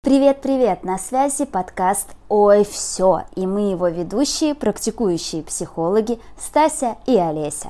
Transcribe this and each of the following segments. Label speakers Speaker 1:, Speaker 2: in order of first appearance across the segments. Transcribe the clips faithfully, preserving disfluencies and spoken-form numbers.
Speaker 1: Привет-привет! На связи подкаст «Ой, все!» и мы его ведущие, практикующие психологи Стася и Олеся.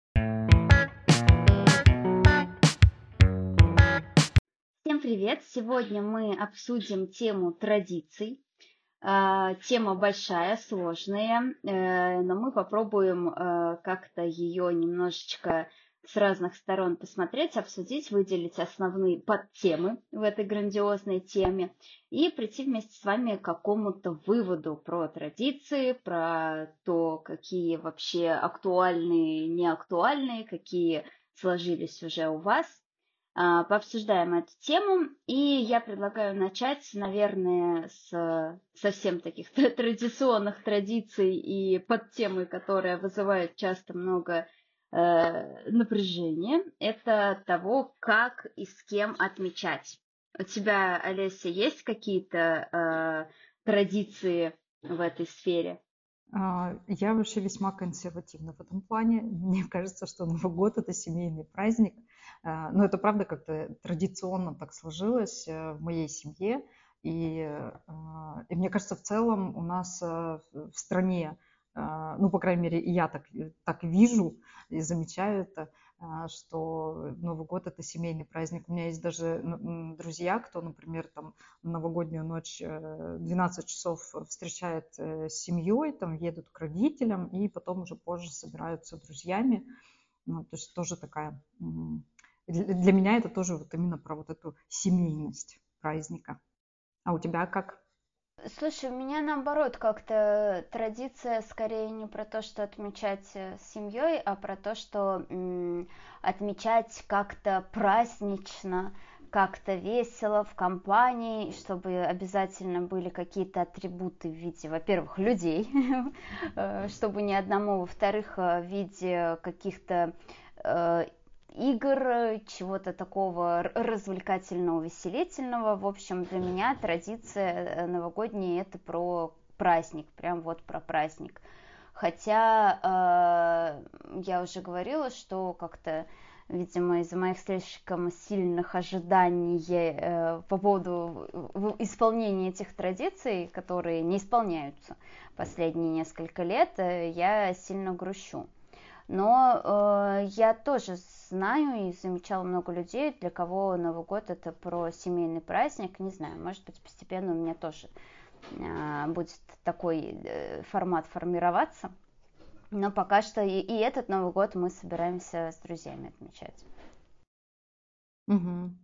Speaker 1: Всем привет! Сегодня мы обсудим тему традиций. Тема большая, сложная, но мы попробуем как-то ее немножечко с разных сторон посмотреть, обсудить, выделить основные подтемы в этой грандиозной теме и прийти вместе с вами к какому-то выводу про традиции, про то, какие вообще актуальные, неактуальные, какие сложились уже у вас. Пообсуждаем эту тему, и я предлагаю начать, наверное, с совсем таких традиционных традиций и подтемы, которые вызывают часто много э, напряжения. Это того, как и с кем отмечать. У тебя, Олеся, есть какие-то э, традиции в этой сфере?
Speaker 2: Я вообще весьма консервативна в этом плане. Мне кажется, что Новый год – это семейный праздник. Но это правда как-то традиционно так сложилось в моей семье. И, и мне кажется, в целом у нас в стране, ну, по крайней мере, и я так, так вижу и замечаю это, что Новый год – это семейный праздник. У меня есть даже друзья, кто, например, там новогоднюю ночь двенадцать часов встречает с семьей, там едут к родителям и потом уже позже собираются с друзьями. Ну, то есть тоже такая... Для меня это тоже вот именно про вот эту семейность праздника. А у тебя как?
Speaker 3: Слушай, у меня наоборот как-то традиция скорее не про то, что отмечать с семьей, а про то, что м, отмечать как-то празднично, как-то весело в компании, чтобы обязательно были какие-то атрибуты в виде, во-первых, людей, чтобы не одному, во-вторых, в виде каких-то игр, чего-то такого развлекательного, веселительного. В общем, для меня традиция новогодняя – это про праздник, прям вот про праздник. Хотя э, я уже говорила, что как-то, видимо, из-за моих слишком сильных ожиданий э, по поводу исполнения этих традиций, которые не исполняются последние несколько лет, э, я сильно грущу. Но э, я тоже знаю и замечала много людей, для кого Новый год это про семейный праздник. Не знаю, может быть, постепенно у меня тоже э, будет такой э, формат формироваться. Но пока что и, и этот Новый год мы собираемся с друзьями отмечать.
Speaker 2: Угу.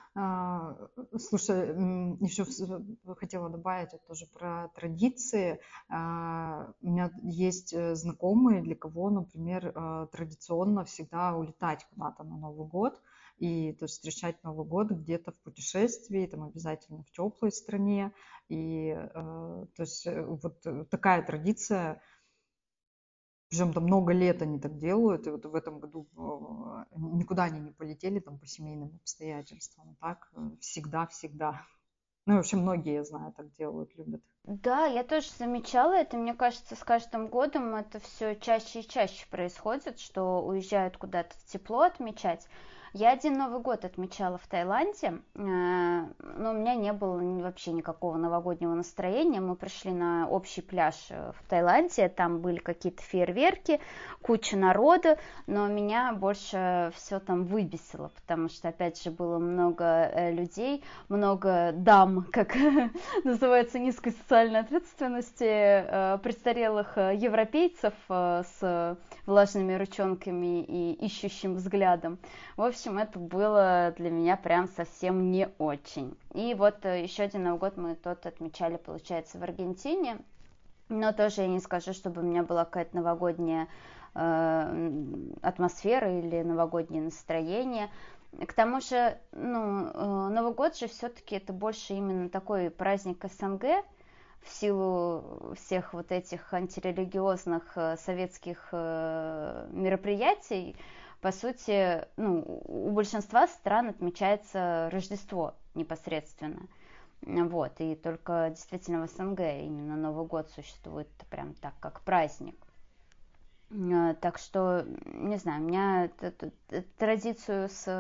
Speaker 2: Слушай, еще хотела добавить вот тоже про традиции. У меня есть знакомые, для кого, например, традиционно всегда улетать куда-то на Новый год и то есть встречать Новый год где-то в путешествии, там обязательно в теплой стране. И то есть вот такая традиция. Причем там много лет они так делают, и вот в этом году никуда они не полетели там по семейным обстоятельствам. Так всегда-всегда. Ну и вообще многие, я знаю, так делают, любят.
Speaker 3: Да, я тоже замечала это. Мне кажется, с каждым годом это все чаще и чаще происходит, что уезжают куда-то в тепло отмечать. Я один Новый год отмечала в Таиланде, но у меня не было вообще никакого новогоднего настроения. Мы пришли на общий пляж в Таиланде, там были какие-то фейерверки, куча народа, но меня больше все там выбесило, потому что, опять же, было много людей, много дам, как называется, низкой социальной ответственности, престарелых европейцев с влажными ручонками и ищущим взглядом. В общем, это было для меня прям совсем не очень. И вот еще один Новый год мы тот отмечали, получается, в Аргентине. Но тоже я не скажу, чтобы у меня была какая-то новогодняя э, атмосфера или новогоднее настроение. К тому же, ну, э, Новый год же все-таки это больше именно такой праздник СНГ, в силу всех вот этих антирелигиозных советских мероприятий. По сути, ну, у большинства стран отмечается Рождество непосредственно. Вот, и только действительно в СНГ именно Новый год существует прям так, как праздник. Так что, не знаю, у меня традицию с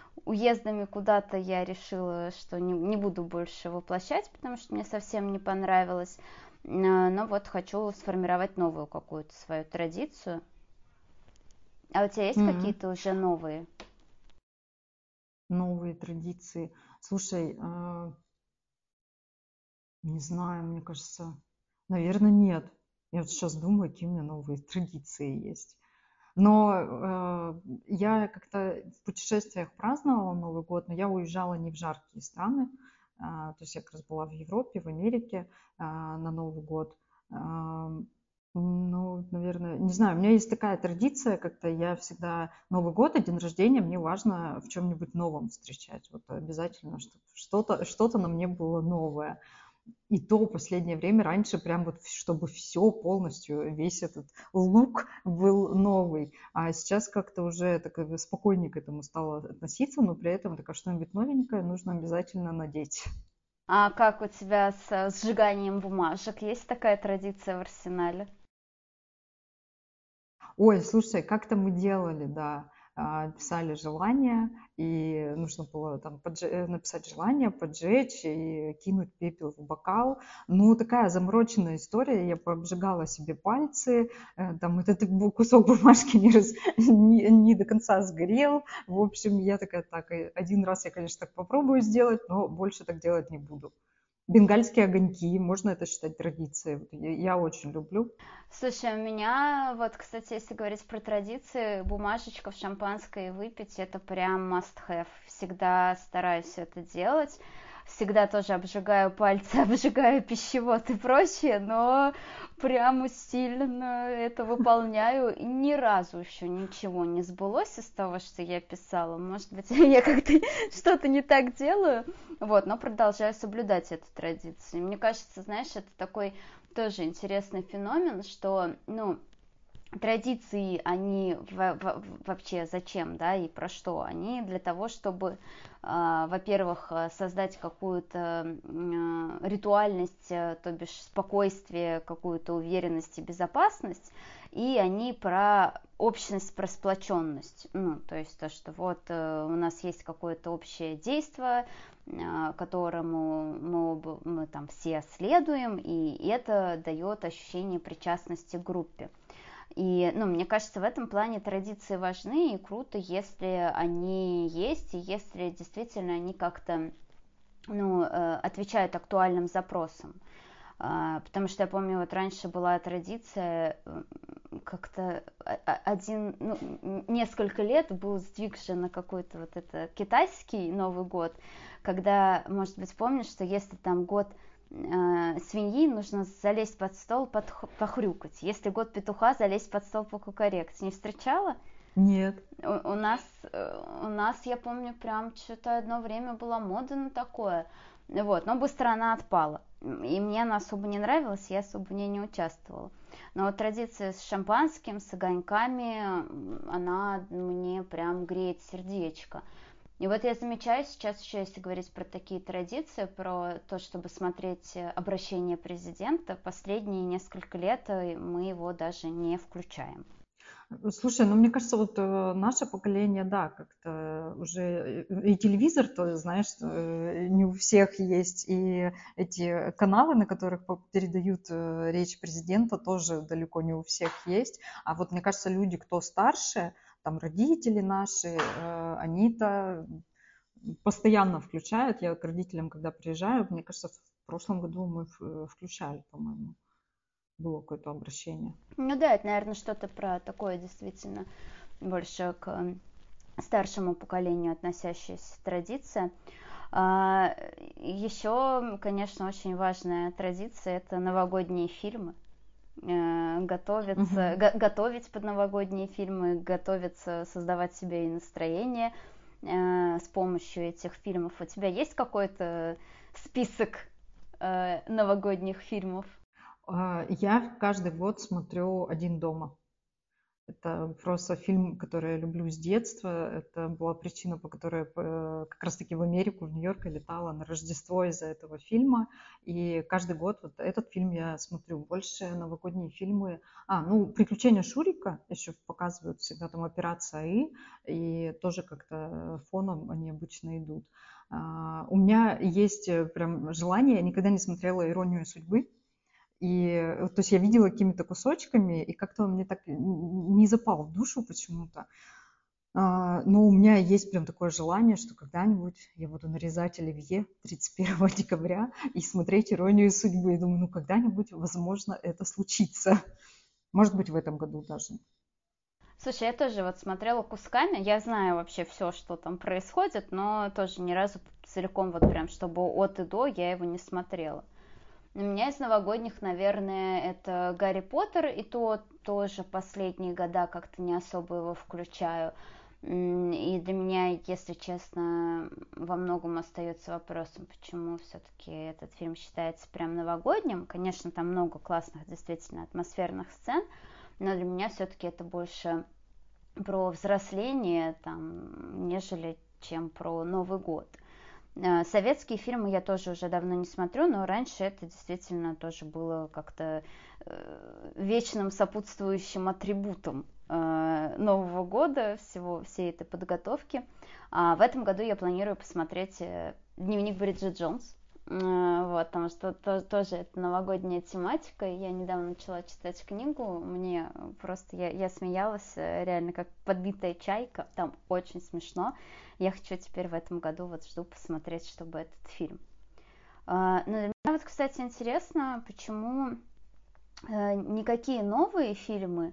Speaker 3: уездами куда-то я решила, что не, не буду больше воплощать, потому что мне совсем не понравилось. Но вот хочу сформировать новую какую-то свою традицию. А у тебя есть
Speaker 2: Мгм.
Speaker 3: какие-то уже новые?
Speaker 2: Новые традиции. Слушай, а, не знаю, мне кажется, наверное, нет. Я вот сейчас думаю, какие у меня новые традиции есть. Но э, я как-то в путешествиях праздновала Новый год, но я уезжала не в жаркие страны. А, то есть я как раз была в Европе, в Америке а, на Новый год. А, ну, наверное, не знаю, у меня есть такая традиция, как-то я всегда Новый год и день рождения мне важно в чем-нибудь новом встречать. Вот обязательно, чтобы что-то, что-то на мне было новое. И то последнее время, раньше прям вот, чтобы все полностью, весь этот лук был новый. А сейчас как-то уже так как бы спокойнее к этому стало относиться, но при этом такое что-нибудь новенькое нужно обязательно надеть.
Speaker 3: А как у тебя с э, сжиганием бумажек? Есть такая традиция в арсенале?
Speaker 2: Ой, слушай, как-то мы делали, да, а, писали желания, и нужно было там подж- э, написать желание, поджечь и кинуть пепел в бокал. Ну, такая замороченная история, я пообжигала себе пальцы, э, там этот бу- кусок бумажки не, раз- не, не до конца сгорел. В общем, я такая, так, э, один раз я, конечно, так попробую сделать, но больше так делать не буду. Бенгальские огоньки, можно это считать традицией. Вот Я я очень люблю.
Speaker 3: Слушай, у меня вот, кстати, если говорить про традиции, бумажечка в шампанское выпить, это прям must have. Всегда стараюсь это делать. Всегда тоже обжигаю пальцы, обжигаю пищевод и прочее, но прям усиленно это выполняю. И ни разу еще ничего не сбылось из того, что я писала. Может быть, я как-то что-то не так делаю. Вот, но продолжаю соблюдать эту традицию. Мне кажется, знаешь, это такой тоже интересный феномен, что, ну, традиции, они в- в- вообще зачем, да, и про что? Они для того, чтобы, э, во-первых, э, создать какую-то э, ритуальность, э, то бишь спокойствие, какую-то уверенность и безопасность, и они про общность, про сплоченность, ну, то есть то, что вот э, у нас есть какое-то общее действие, э, которому мы, оба, мы там все следуем, и это дает ощущение причастности к группе. И, ну, мне кажется, в этом плане традиции важны, и круто, если они есть, и если действительно они как-то, ну, э, отвечают актуальным запросам. А, Потому что я помню, вот раньше была традиция, э, как-то один, ну, несколько лет был сдвиг же на какой-то вот это китайский Новый год, когда, может быть, помнишь, что если там год э, свиньи, нужно залезть под стол, под, похрюкать. Если год петуха, залезть под стол, покукарекать. Не встречала?
Speaker 2: Нет.
Speaker 3: У, у нас, э, у нас, я помню, прям что-то одно время была мода на такое. Вот, но быстро она отпала. И мне она особо не нравилась, я особо в ней не участвовала. Но вот традиция с шампанским, с огоньками, она мне прям греет сердечко. И вот я замечаю сейчас еще, если говорить про такие традиции, про то, чтобы смотреть обращение президента, последние несколько лет мы его даже не включаем.
Speaker 2: Слушай, ну мне кажется, вот э, наше поколение, да, как-то уже э, и телевизор, то знаешь, э, не у всех есть, и эти каналы, на которых по- передают э, речь президента, тоже далеко не у всех есть. А вот мне кажется, люди, кто старше, там родители наши, э, они-то постоянно включают. Я к родителям, когда приезжаю, мне кажется, в прошлом году мы в- э, включали, по-моему, было какое-то обращение.
Speaker 3: Ну да, это, наверное, что-то про такое действительно больше к старшему поколению относящаяся традиция. А, еще, конечно, очень важная традиция – это новогодние фильмы. Э, Готовиться,
Speaker 2: Мгм.
Speaker 3: го- готовить под новогодние фильмы, готовиться, создавать себе и настроение э, с помощью этих фильмов. У тебя есть какой-то список э, новогодних фильмов?
Speaker 2: А, Я каждый год смотрю «Один дома». Это просто фильм, который я люблю с детства. Это была причина, по которой я э, как раз-таки в Америку, в Нью-Йорк я летала на Рождество из-за этого фильма. И каждый год вот этот фильм я смотрю. Больше новогодние фильмы. А, ну, «Приключения Шурика» еще показывают всегда, там «Операция И», и тоже как-то фоном они обычно идут. А, у меня есть э, прям желание, я никогда не смотрела «Иронию судьбы». И, э, то есть я видела какими-то кусочками, и как-то он мне так н- не запал в душу почему-то. А, но у меня есть прям такое желание, что когда-нибудь я буду нарезать оливье тридцать первого декабря и смотреть «Иронию судьбы». И думаю, ну когда-нибудь, возможно, это случится. Может быть, в этом году даже.
Speaker 3: Слушай, я тоже вот смотрела кусками, я знаю вообще все, что там происходит, но тоже ни разу целиком вот прям, чтобы от и до, я его не смотрела. У меня из новогодних, наверное, это «Гарри Поттер», и то тоже последние года как-то не особо его включаю. М, И для меня, если честно, во многом остается вопросом, почему все-таки этот фильм считается прям новогодним. Конечно, там много классных, действительно, атмосферных сцен, но для меня все-таки это больше про взросление, там, нежели чем про Новый год. Э, Советские фильмы я тоже уже давно не смотрю, но раньше это действительно тоже было как-то э, вечным сопутствующим атрибутом э, Нового года, всего, всей этой подготовки. А в этом году я планирую посмотреть э, «Дневник Бриджит Джонс». Э, Вот, потому что то- тоже это новогодняя тематика. и Я недавно начала читать книгу, мне просто, я, я смеялась э, реально как подбитая чайка, там очень смешно. Я хочу теперь в этом году, вот жду посмотреть, чтобы этот фильм. А, Но для меня вот, кстати, интересно, почему э, никакие новые фильмы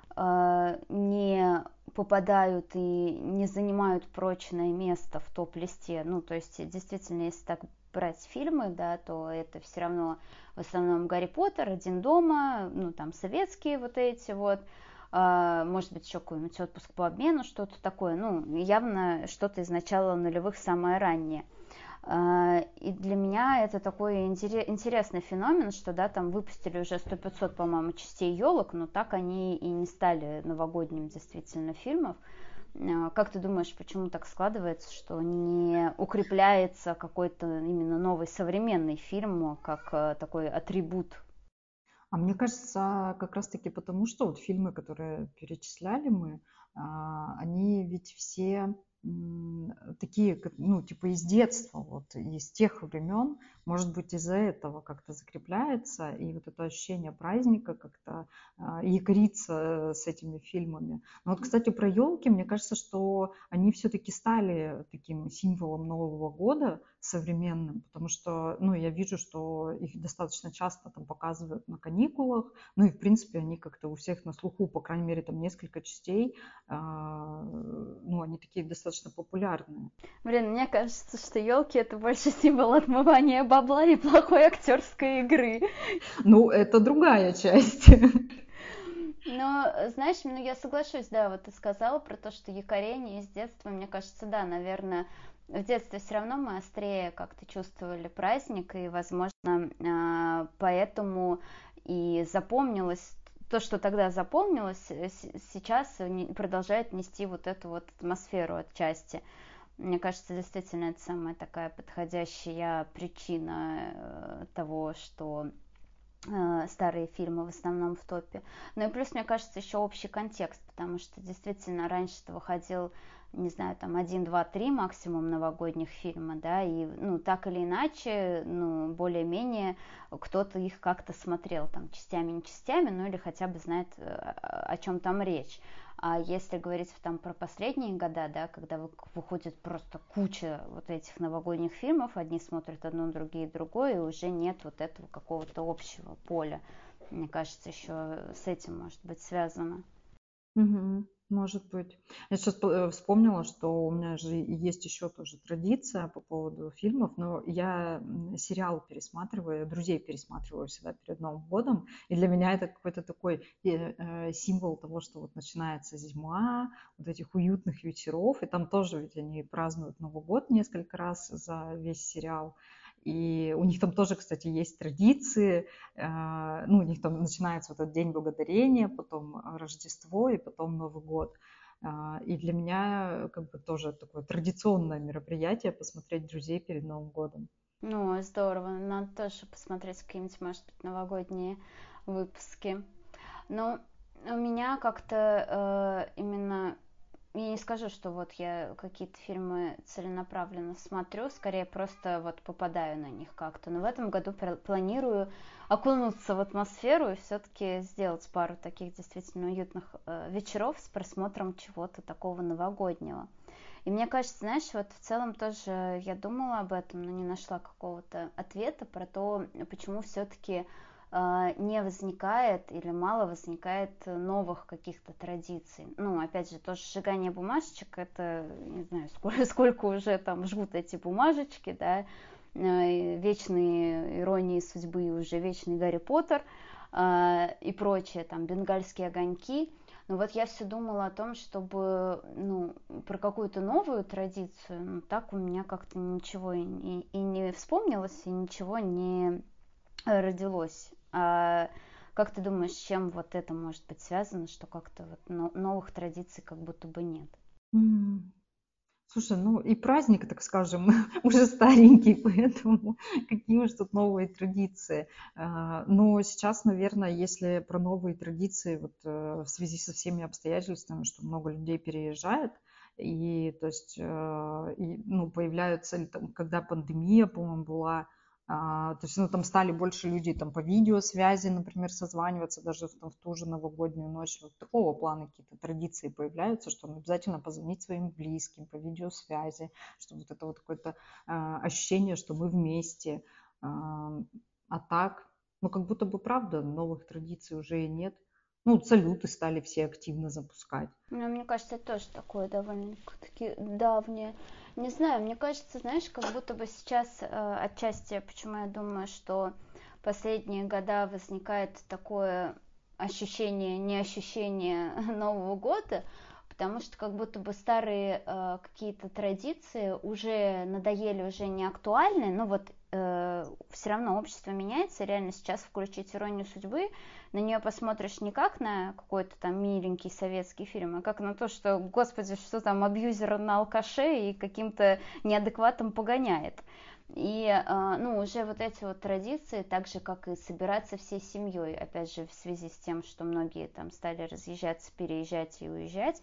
Speaker 3: э, не попадают и не занимают прочное место в топ-листе. Ну, то есть, действительно, если так брать фильмы, да, то это все равно в основном «Гарри Поттер», «Один дома», ну, там, советские вот эти вот, а, может быть, еще какой-нибудь «Отпуск по обмену», что-то такое, ну, явно что-то из начала нулевых, самое раннее. А, И для меня это такой интересный феномен, что, да, там выпустили уже сто пятьсот, по-моему, частей елок, но так они и не стали новогодним действительно фильмов. А, Как ты думаешь, почему так складывается, что не укрепляется какой-то именно новый современный фильм как э, такой атрибут?
Speaker 2: А мне кажется, как раз-таки потому, что вот фильмы, которые перечисляли мы, а, они ведь все м, такие, как, ну, типа из детства, вот, из тех времен, может быть, из-за этого как-то закрепляется, и вот это ощущение праздника как-то а, якорится с этими фильмами. Но вот, кстати, про елки, мне кажется, что они все-таки стали таким символом Нового года современным, потому что, ну, я вижу, что их достаточно часто там показывают на каникулах, ну и, в принципе, они как-то у всех на слуху, по крайней мере, там несколько частей, а, ну, они такие достаточно популярные.
Speaker 3: Блин, мне кажется, что елки это больше символ отмывания бабла и плохой актерской игры.
Speaker 2: Ну, это другая часть.
Speaker 3: Но, знаешь, ну я соглашусь, да, вот ты сказала про то, что якорение из детства, мне кажется, да, наверное, в детстве все равно мы острее как-то чувствовали праздник, и, возможно, а, поэтому и запомнилось то, что тогда запомнилось, э, с- сейчас не- продолжает нести вот эту вот атмосферу отчасти. Мне кажется, действительно, это самая такая подходящая причина э, того, что э, старые фильмы в основном в топе. Ну и плюс, мне кажется, еще общий контекст, потому что действительно раньше-то выходил, не знаю, там один, два, три максимум новогодних фильма, да, и, ну, так или иначе, ну, более-менее кто-то их как-то смотрел, там, частями, не частями, ну, или хотя бы знает, э, о чем там речь. А если говорить там про последние года, да, когда выходит просто куча вот этих новогодних фильмов, одни смотрят одно, другие другое, и уже нет вот этого какого-то общего поля. Мне кажется, еще с этим может быть связано.
Speaker 2: Мгм. Может быть. Я сейчас вспомнила, что у меня же и есть еще тоже традиция по поводу фильмов, но я м, сериал пересматриваю, я друзей пересматриваю всегда перед Новым годом, и для меня это какой-то такой э, э, символ того, что вот начинается зима, вот этих уютных вечеров, и там тоже ведь они празднуют Новый год несколько раз за весь сериал. И у них там тоже, кстати, есть традиции. э, Ну, у них там начинается вот этот День Благодарения, потом э, Рождество и потом Новый год. А, И для меня как бы тоже такое традиционное мероприятие посмотреть друзей перед Новым годом.
Speaker 3: Ну, здорово. Надо тоже посмотреть какие-нибудь, может быть, новогодние выпуски. Но у меня как-то э, именно... Я не скажу, что вот я какие-то фильмы целенаправленно смотрю, скорее просто вот попадаю на них как-то. Но в этом году пр- планирую окунуться в атмосферу и все-таки сделать пару таких действительно уютных э, вечеров с просмотром чего-то такого новогоднего. И мне кажется, знаешь, вот в целом тоже я думала об этом, но не нашла какого-то ответа про то, почему все-таки не возникает или мало возникает новых каких-то традиций. Ну, опять же, тоже сжигание бумажечек, это, не знаю, сколько, сколько уже там жгут эти бумажечки, да, э, вечные иронии судьбы, уже вечный Гарри Поттер э, и прочее, там, бенгальские огоньки. Но вот я все думала о том, чтобы, ну, про какую-то новую традицию, ну, так у меня как-то ничего и, и, и не вспомнилось, и ничего не родилось. А как ты думаешь, с чем вот это может быть связано, что как-то вот но- новых традиций как будто бы нет?
Speaker 2: М, Слушай, ну и праздник, так скажем, уже старенький, поэтому какие уж тут новые традиции. А, Но сейчас, наверное, если про новые традиции, вот э, в связи со всеми обстоятельствами, что много людей переезжает, и то есть, э, и, ну, появляются, ли там, когда пандемия, по-моему, была, а, то есть, ну, там стали больше людей там по видеосвязи, например, созваниваться даже в, там, в ту же новогоднюю ночь. Вот такого плана какие-то традиции появляются, что ну, обязательно позвонить своим близким по видеосвязи, что вот это вот какое-то а, ощущение, что мы вместе. А, а так, ну, как будто бы правда, новых традиций уже и нет. Ну, салюты стали все активно запускать.
Speaker 3: Ну, мне кажется, это тоже такое довольно-таки давнее. Не знаю, мне кажется, знаешь, как будто бы сейчас э, отчасти, почему я думаю, что последние года возникает такое ощущение, не ощущение Нового года, потому что как будто бы старые э, какие-то традиции уже надоели, уже не актуальны, но вот э, все равно общество меняется, реально сейчас включить «Иронию судьбы», на нее посмотришь не как на какой-то там миленький советский фильм, а как на то, что, господи, что там абьюзер на алкаше и каким-то неадекватом погоняет. И, ну, уже вот эти вот традиции, так же, как и собираться всей семьей, опять же, в связи с тем, что многие там стали разъезжаться, переезжать и уезжать,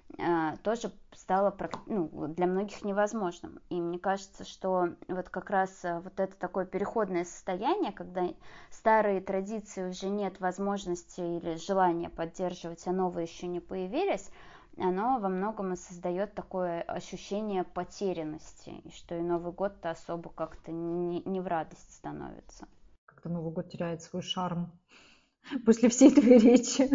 Speaker 3: тоже стало ну, для многих невозможным. И мне кажется, что вот как раз вот это такое переходное состояние, когда старые традиции уже нет возможности или желания поддерживать, а новые еще не появились, оно во многом и создает такое ощущение потерянности, и что и Новый год-то особо как-то не, не в радость становится.
Speaker 2: Как-то Новый год теряет свой шарм после всей твоей речи.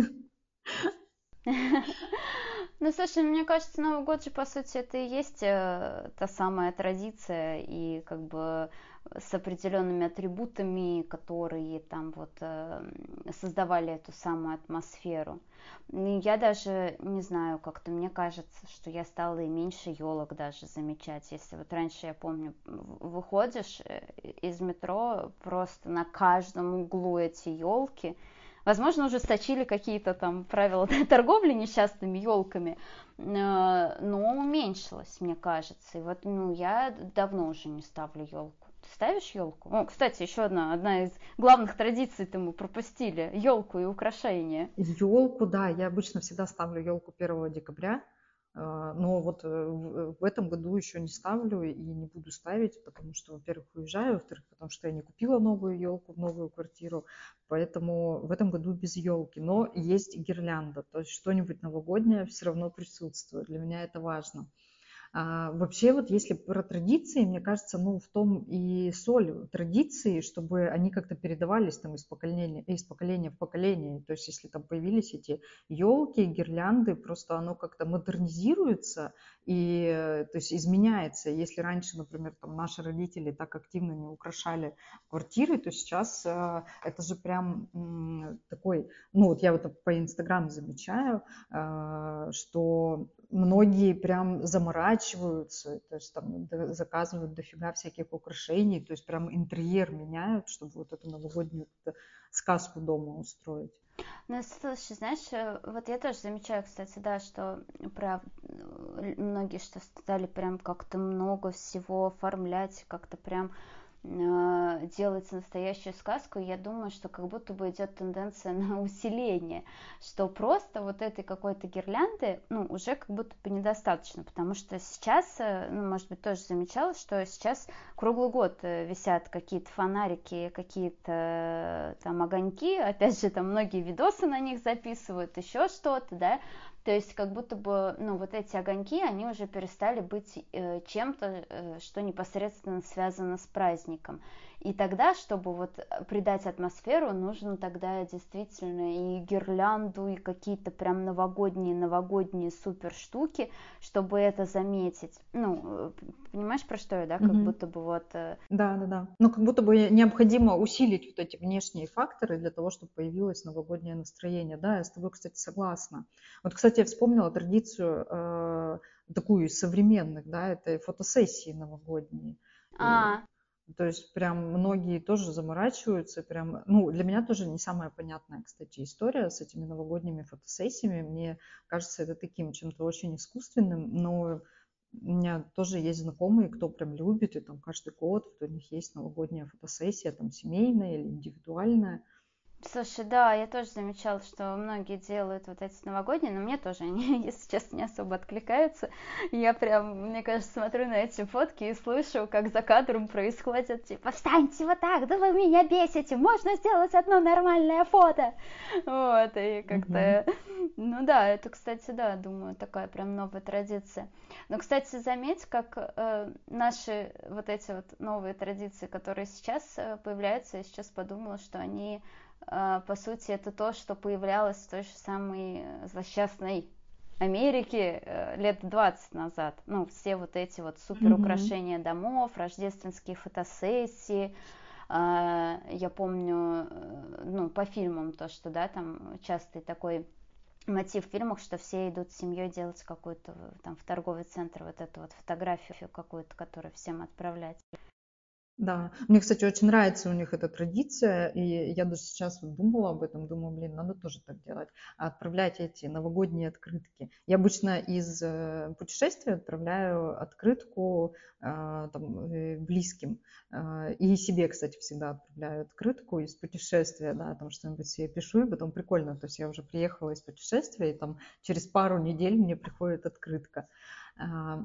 Speaker 3: Ну, слушай, мне кажется, Новый год же, по сути, это и есть э, та самая традиция, и как бы с определенными атрибутами, которые там вот э, создавали эту самую атмосферу. И я даже не знаю, как-то мне кажется, что я стала и меньше елок даже замечать. Если вот раньше, я помню, выходишь из метро, просто на каждом углу эти елки. Возможно, ужесточили какие-то там правила торговли несчастными елками, но уменьшилось, мне кажется. И вот, ну, я давно уже не ставлю елку. Ты ставишь елку? О, кстати, еще одна, одна из главных традиций-то мы пропустили. Елку и украшения.
Speaker 2: Елку, да, я обычно всегда ставлю елку первого декабря. Но вот в этом году еще не ставлю и не буду ставить, потому что, во-первых, уезжаю, во-вторых, потому что я не купила новую елку в новую квартиру, поэтому в этом году без елки. Но есть гирлянда, то есть что-нибудь новогоднее все равно присутствует. Для меня это важно. А, вообще, вот если про традиции, мне кажется, ну, в том и соль традиции, чтобы они как-то передавались там из поколения, из поколения в поколение. То есть, если там появились эти елки, гирлянды, просто оно как-то модернизируется и, то есть, изменяется. Если раньше, например, там наши родители так активно не украшали квартиры, то сейчас э, это же прям м, такой, ну, вот я вот по Инстаграму замечаю, э, что многие прям заморачиваются, заморачиваются, то есть там д- заказывают дофига всяких украшений, то есть прям интерьер меняют, чтобы вот эту новогоднюю какую-то сказку дома устроить.
Speaker 3: Ну, слушай, знаешь, э, вот я тоже замечаю, кстати, да, что про э, многие что стали прям как-то много всего оформлять, как-то прям э, делать настоящую сказку. И я думаю, что как будто бы идет тенденция на усиление, что просто вот этой какой-то гирлянды, ну, уже как будто бы недостаточно, потому что сейчас, э, ну, может быть, тоже замечала, что сейчас круглый год э, висят какие-то фонарики, какие-то э, там огоньки, опять же, там многие видосы на них записывают, еще что-то, да, то есть как будто бы, ну, вот эти огоньки, они уже перестали быть э, чем-то, э, что непосредственно связано с праздником. И тогда, чтобы вот придать атмосферу, нужно тогда действительно и гирлянду, и какие-то прям новогодние, новогодние супер штуки, чтобы это заметить. Ну, э, понимаешь, про что я, да? Как
Speaker 2: Мгм.
Speaker 3: будто бы вот... э,
Speaker 2: Да, да, да. Ну, как будто бы необходимо усилить вот эти внешние факторы для того, чтобы появилось новогоднее настроение. Да, я с тобой, кстати, согласна. Вот, кстати, я вспомнила традицию э, такую из современных, да, это фотосессии новогодние. И,
Speaker 3: А,
Speaker 2: то есть прям многие тоже заморачиваются, прям, ну, для меня тоже не самая понятная, кстати, история с этими новогодними фотосессиями. Мне кажется, это таким чем-то очень искусственным, но у меня тоже есть знакомые, кто прям любит, и там каждый год вот у них есть новогодняя фотосессия, там семейная или индивидуальная.
Speaker 3: слушай, да, я тоже замечала, что многие делают вот эти новогодние, но мне тоже они, если честно, не особо откликаются. Я прям, мне кажется, смотрю на эти фотки и слышу, как за кадром происходит, типа, встаньте вот так, да вы меня бесите, можно сделать одно нормальное фото. Вот, и
Speaker 2: Мгм.
Speaker 3: как-то, ну да, это, кстати, да, думаю, такая прям новая традиция. Но, кстати, заметь, как э, наши вот эти вот новые традиции, которые сейчас э, появляются, я сейчас подумала, что они э, по сути, это то, что появлялось в той же самой э, злосчастной Америке э, лет двадцать назад. Ну, все вот эти вот супер
Speaker 2: Мгм.
Speaker 3: украшения домов, рождественские фотосессии. Э, я помню, э, ну, по фильмам то, что, да, там частый такой мотив в фильмах, что все идут с семьей делать какую-то там в торговый центр вот эту вот фотографию какую-то, которую всем отправлять.
Speaker 2: Да, мне, кстати, очень нравится у них эта традиция, и я даже сейчас вот думала об этом, думаю, блин, надо тоже так делать, а отправлять эти новогодние открытки. Я обычно из э, путешествия отправляю открытку э, там, э, близким, э, и себе, кстати, всегда отправляю открытку из путешествия, да, там что-нибудь себе пишу, и потом прикольно, то есть я уже приехала из путешествия, и там через пару недель мне приходит открытка. А,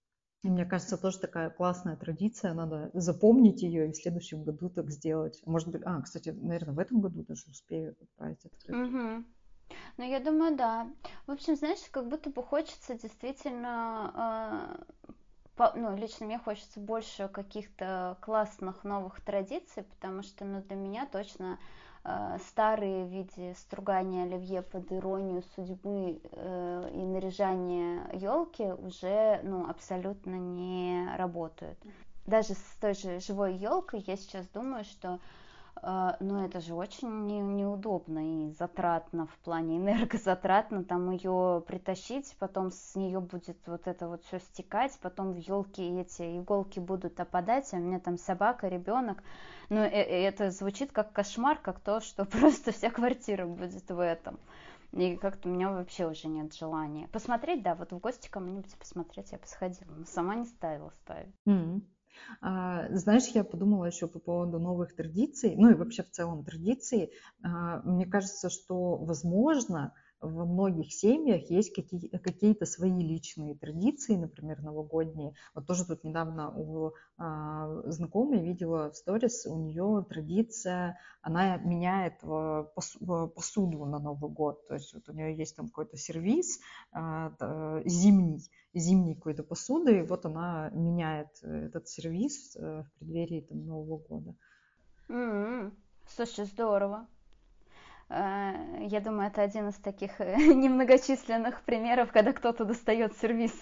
Speaker 2: И мне кажется, тоже такая классная традиция, надо запомнить ее и в следующем году так сделать. Может быть, а, кстати, наверное, в этом году даже успею отправить открытки.
Speaker 3: Угу. Ну, я думаю, да. В общем, знаешь, как будто бы хочется действительно, э, по- ну, лично мне хочется больше каких-то классных новых традиций, потому что, ну, для меня точно э, старые в виде стругания оливье под иронию судьбы э, и наряжания елки уже, ну, абсолютно не работают. Даже с той же живой елкой я сейчас думаю, что а, ну, это же очень не- неудобно и затратно в плане энергозатратно там ее притащить, потом с нее будет вот это вот все стекать, потом в елке эти иголки будут опадать, а у меня там собака, ребенок. Ну, э- э- это звучит как кошмар, как то, что просто вся квартира будет в этом. И как-то у меня вообще уже нет желания. Посмотреть, да, вот в гости кому-нибудь посмотреть я бы сходила, но сама не ставила ставить.
Speaker 2: М. А, знаешь, я подумала еще по поводу новых традиций, ну и вообще в целом традиций. А, мне кажется, что, возможно, во многих семьях есть какие- какие-то свои личные традиции, например, новогодние. Вот тоже тут недавно у а, знакомой видела в сторис, у нее традиция, она меняет э, пос- э, посуду на Новый год. То есть вот у нее есть там какой-то сервиз а, т- зимний, зимней какой-то посуды, и вот она меняет э, этот сервис э, в преддверии там, Нового года.
Speaker 3: М. Слушай, здорово. Э, Я думаю, это один из таких э, немногочисленных примеров, когда кто-то достает сервис.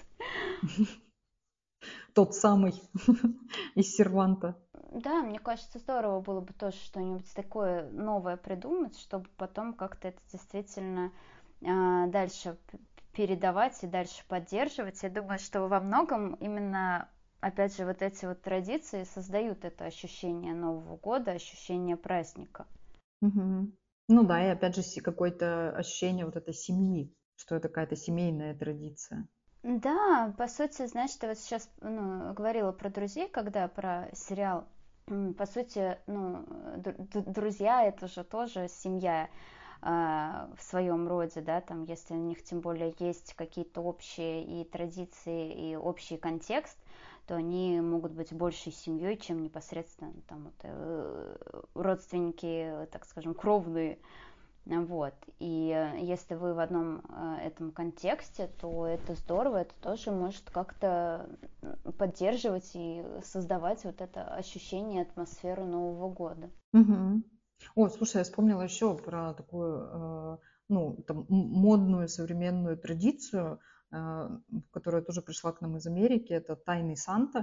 Speaker 2: Тот самый из серванта.
Speaker 3: Да, мне кажется, здорово было бы тоже что-нибудь такое новое придумать, чтобы потом как-то это действительно а, дальше п- передавать и дальше поддерживать. Я думаю, что во многом именно, опять же, вот эти вот традиции создают это ощущение Нового года, ощущение праздника.
Speaker 2: Мгм. Ну да, и опять же се- какое-то ощущение вот этой семьи, что это какая-то семейная традиция.
Speaker 3: Да, по сути, знаешь, ты вот сейчас ну, говорила про друзей, когда про сериал. М, По сути, ну, д- д- друзья это же тоже семья а, в своем роде, да, там, если у них тем более есть какие-то общие и традиции, и общий контекст, то они могут быть большей семьей, чем непосредственно там вот, э, родственники, так скажем, кровные. Вот. И э, если вы в одном э, этом контексте, то это здорово, это тоже может как-то м, поддерживать и создавать вот это ощущение, атмосферу Нового года.
Speaker 2: Мгм. О, слушай, я вспомнила еще про такую, э, ну, там, м- модную современную традицию, э, которая тоже пришла к нам из Америки. Это тайный Санта.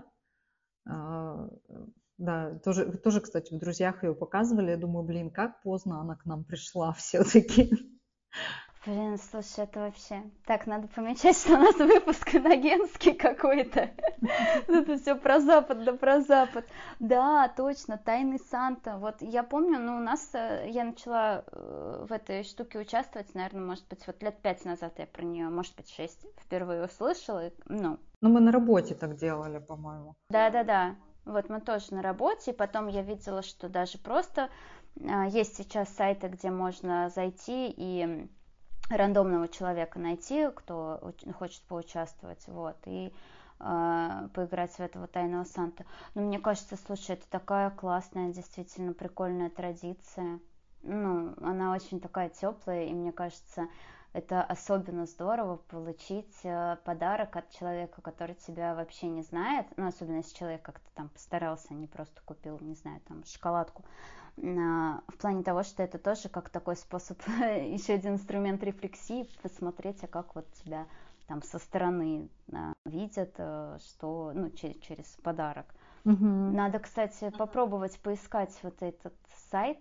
Speaker 2: А, э, Да, тоже, тоже, кстати, в друзьях ее показывали. Я думаю, блин, как поздно она к нам пришла все-таки.
Speaker 3: Блин, слушай, это вообще... Так, надо помечать, что у нас выпуск иногенский какой-то. Это все про Запад, да про Запад. Да, точно, Тайный Санта. Вот я помню, ну, у нас, э, я начала э, в этой штуке участвовать, наверное, может быть, вот лет пять назад я про нее, может быть, шесть впервые услышала. и, Ну,
Speaker 2: Ну, мы на работе так делали, по-моему.
Speaker 3: да-да-да. Вот мы тоже на работе, и потом я видела, что даже просто а, есть сейчас сайты, где можно зайти и рандомного человека найти, кто уч- хочет поучаствовать, вот, и э, поиграть в этого тайного Санта. Но мне кажется, слушай, это такая классная, действительно прикольная традиция. Ну, она очень такая теплая, и мне кажется, это особенно здорово получить э, подарок от человека, который тебя вообще не знает, ну, особенно если человек как-то там постарался, не просто купил, не знаю, там, шоколадку, а, в плане того, что это тоже как такой способ, еще один инструмент рефлексии, посмотреть, а как вот тебя там со стороны а, видят, э, что, ну, через, через подарок.
Speaker 2: Мгм.
Speaker 3: Надо, кстати, попробовать поискать вот этот сайт,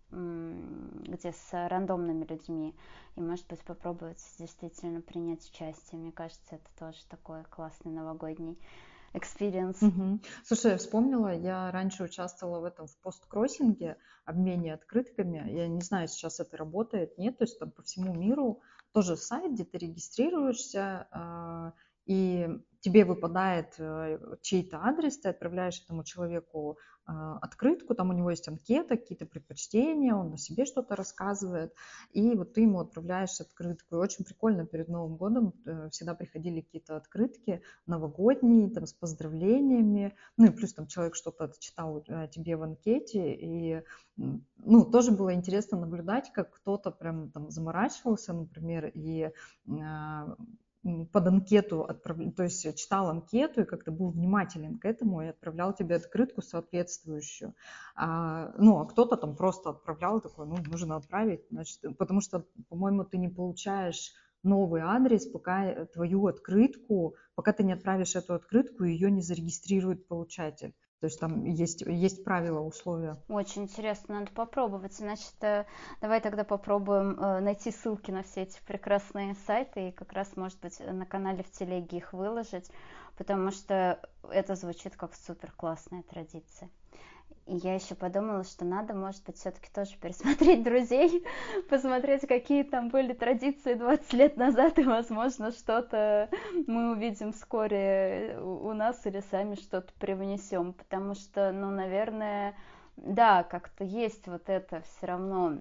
Speaker 3: м, где с рандомными людьми, и, может быть, попробовать действительно принять участие. Мне кажется, это тоже такой классный новогодний экспириенс.
Speaker 2: Мгм. Слушай, я вспомнила, я раньше участвовала в этом в посткроссинге, обмене открытками. Я не знаю, сейчас это работает, нет, то есть там по всему миру тоже сайт, где ты регистрируешься, а, и тебе выпадает э, чей-то адрес, ты отправляешь этому человеку а, открытку, там у него есть анкета, какие-то предпочтения, он о себе что-то рассказывает, и вот ты ему отправляешь открытку. И очень прикольно перед Новым годом э, всегда приходили какие-то открытки, новогодние, там, с поздравлениями. Ну и плюс там человек что-то отчитал э, тебе в анкете. И, м, ну, тоже было интересно наблюдать, как кто-то прям там заморачивался, например, и а, м, под анкету отправлял, то есть читал анкету и как-то был внимателен к этому и отправлял тебе открытку соответствующую. А, ну, а кто-то там просто отправлял такой, ну, нужно отправить, значит, потому что, по-моему, ты не получаешь новый адрес, пока э, твою открытку, пока ты не отправишь эту открытку, ее не зарегистрирует получатель. То есть там есть, есть правила, условия.
Speaker 3: Очень интересно, надо попробовать. Значит, э, давай тогда попробуем э, найти ссылки на все эти прекрасные сайты и как раз, может быть, на канале в телеге их выложить, потому что это звучит как супер классная традиция. И я еще подумала, что надо, может быть, все-таки тоже пересмотреть «Друзей», посмотреть, какие там были традиции двадцать лет назад, и, возможно, что-то мы увидим вскоре у нас или сами что-то привнесем, потому что, ну, наверное, да, как-то есть вот это все равно,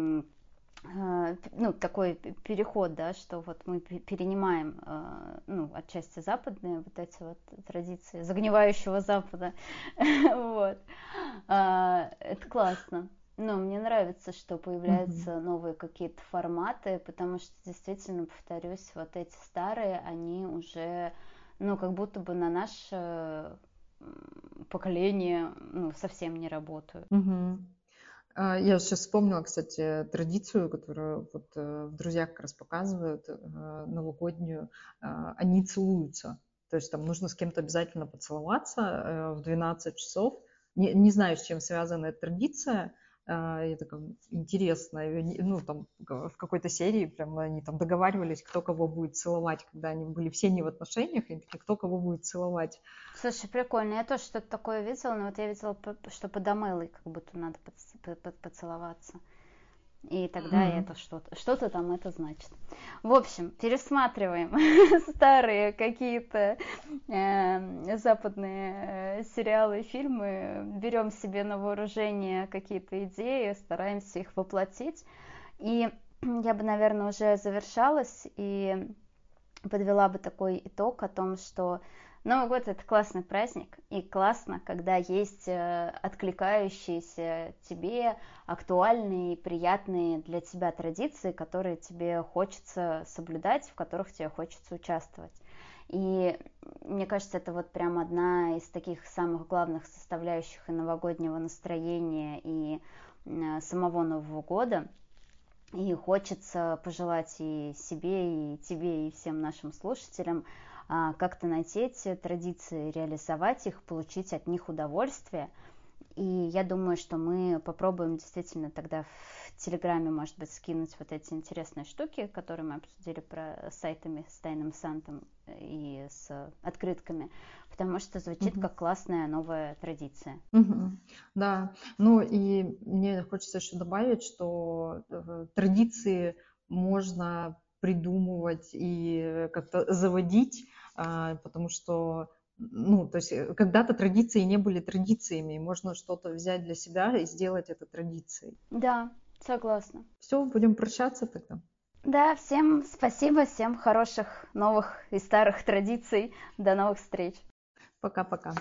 Speaker 3: ну, такой переход, да, что вот мы перенимаем, ну, отчасти западные вот эти вот традиции загнивающего Запада, вот, это классно. Но мне нравится, что появляются
Speaker 2: Мгм.
Speaker 3: новые какие-то форматы, потому что, действительно, повторюсь, вот эти старые, они уже, ну, как будто бы на наше поколение, ну, совсем не работают.
Speaker 2: Мгм. А, Я сейчас вспомнила, кстати, традицию, которую вот э, в друзьях как раз показывают, э, новогоднюю. А, Они целуются. То есть там нужно с кем-то обязательно поцеловаться э, в двенадцать часов. Не, не знаю, с чем связана эта традиция, Я такая, интересно, ну, там, в какой-то серии прям они там договаривались, кто кого будет целовать, когда они были все не в отношениях, и такие, кто кого будет целовать.
Speaker 3: Слушай, прикольно, я тоже что-то такое видела, но вот я видела, что под Амелой как будто надо поцеловаться. И тогда mm-hmm. это что-то, что-то там это значит. В общем, пересматриваем старые какие-то э, западные э, сериалы и фильмы, берем себе на вооружение какие-то идеи, стараемся их воплотить. И я бы, наверное, уже завершалась и подвела бы такой итог о том, что Новый год – это классный праздник, и классно, когда есть откликающиеся тебе, актуальные, приятные для тебя традиции, которые тебе хочется соблюдать, в которых тебе хочется участвовать. И мне кажется, это вот прям одна из таких самых главных составляющих и новогоднего настроения, и самого Нового года. И хочется пожелать и себе, и тебе, и всем нашим слушателям как-то найти эти традиции, реализовать их, получить от них удовольствие. И я думаю, что мы попробуем действительно тогда в Телеграме, может быть, скинуть вот эти интересные штуки, которые мы обсудили про сайтами с Тайным Сантом и с открытками, потому что звучит mm-hmm. как классная новая традиция.
Speaker 2: Mm-hmm. Да, ну и мне хочется еще добавить, что традиции можно придумывать и как-то заводить, потому что, ну, то есть когда-то традиции не были традициями, можно что-то взять для себя и сделать это традицией.
Speaker 3: Да, согласна.
Speaker 2: Все, будем прощаться тогда.
Speaker 3: Да, всем спасибо, всем хороших новых и старых традиций. До новых встреч.
Speaker 2: Пока-пока.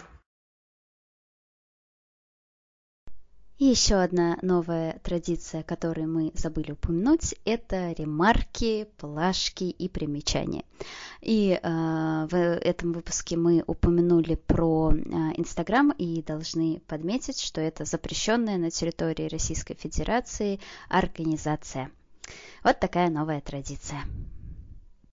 Speaker 1: И еще одна новая традиция, которую мы забыли упомянуть, это ремарки, плашки и примечания. И э, в этом выпуске мы упомянули про Инстаграм э, и должны подметить, что это запрещенная на территории Российской Федерации организация. Вот такая новая традиция.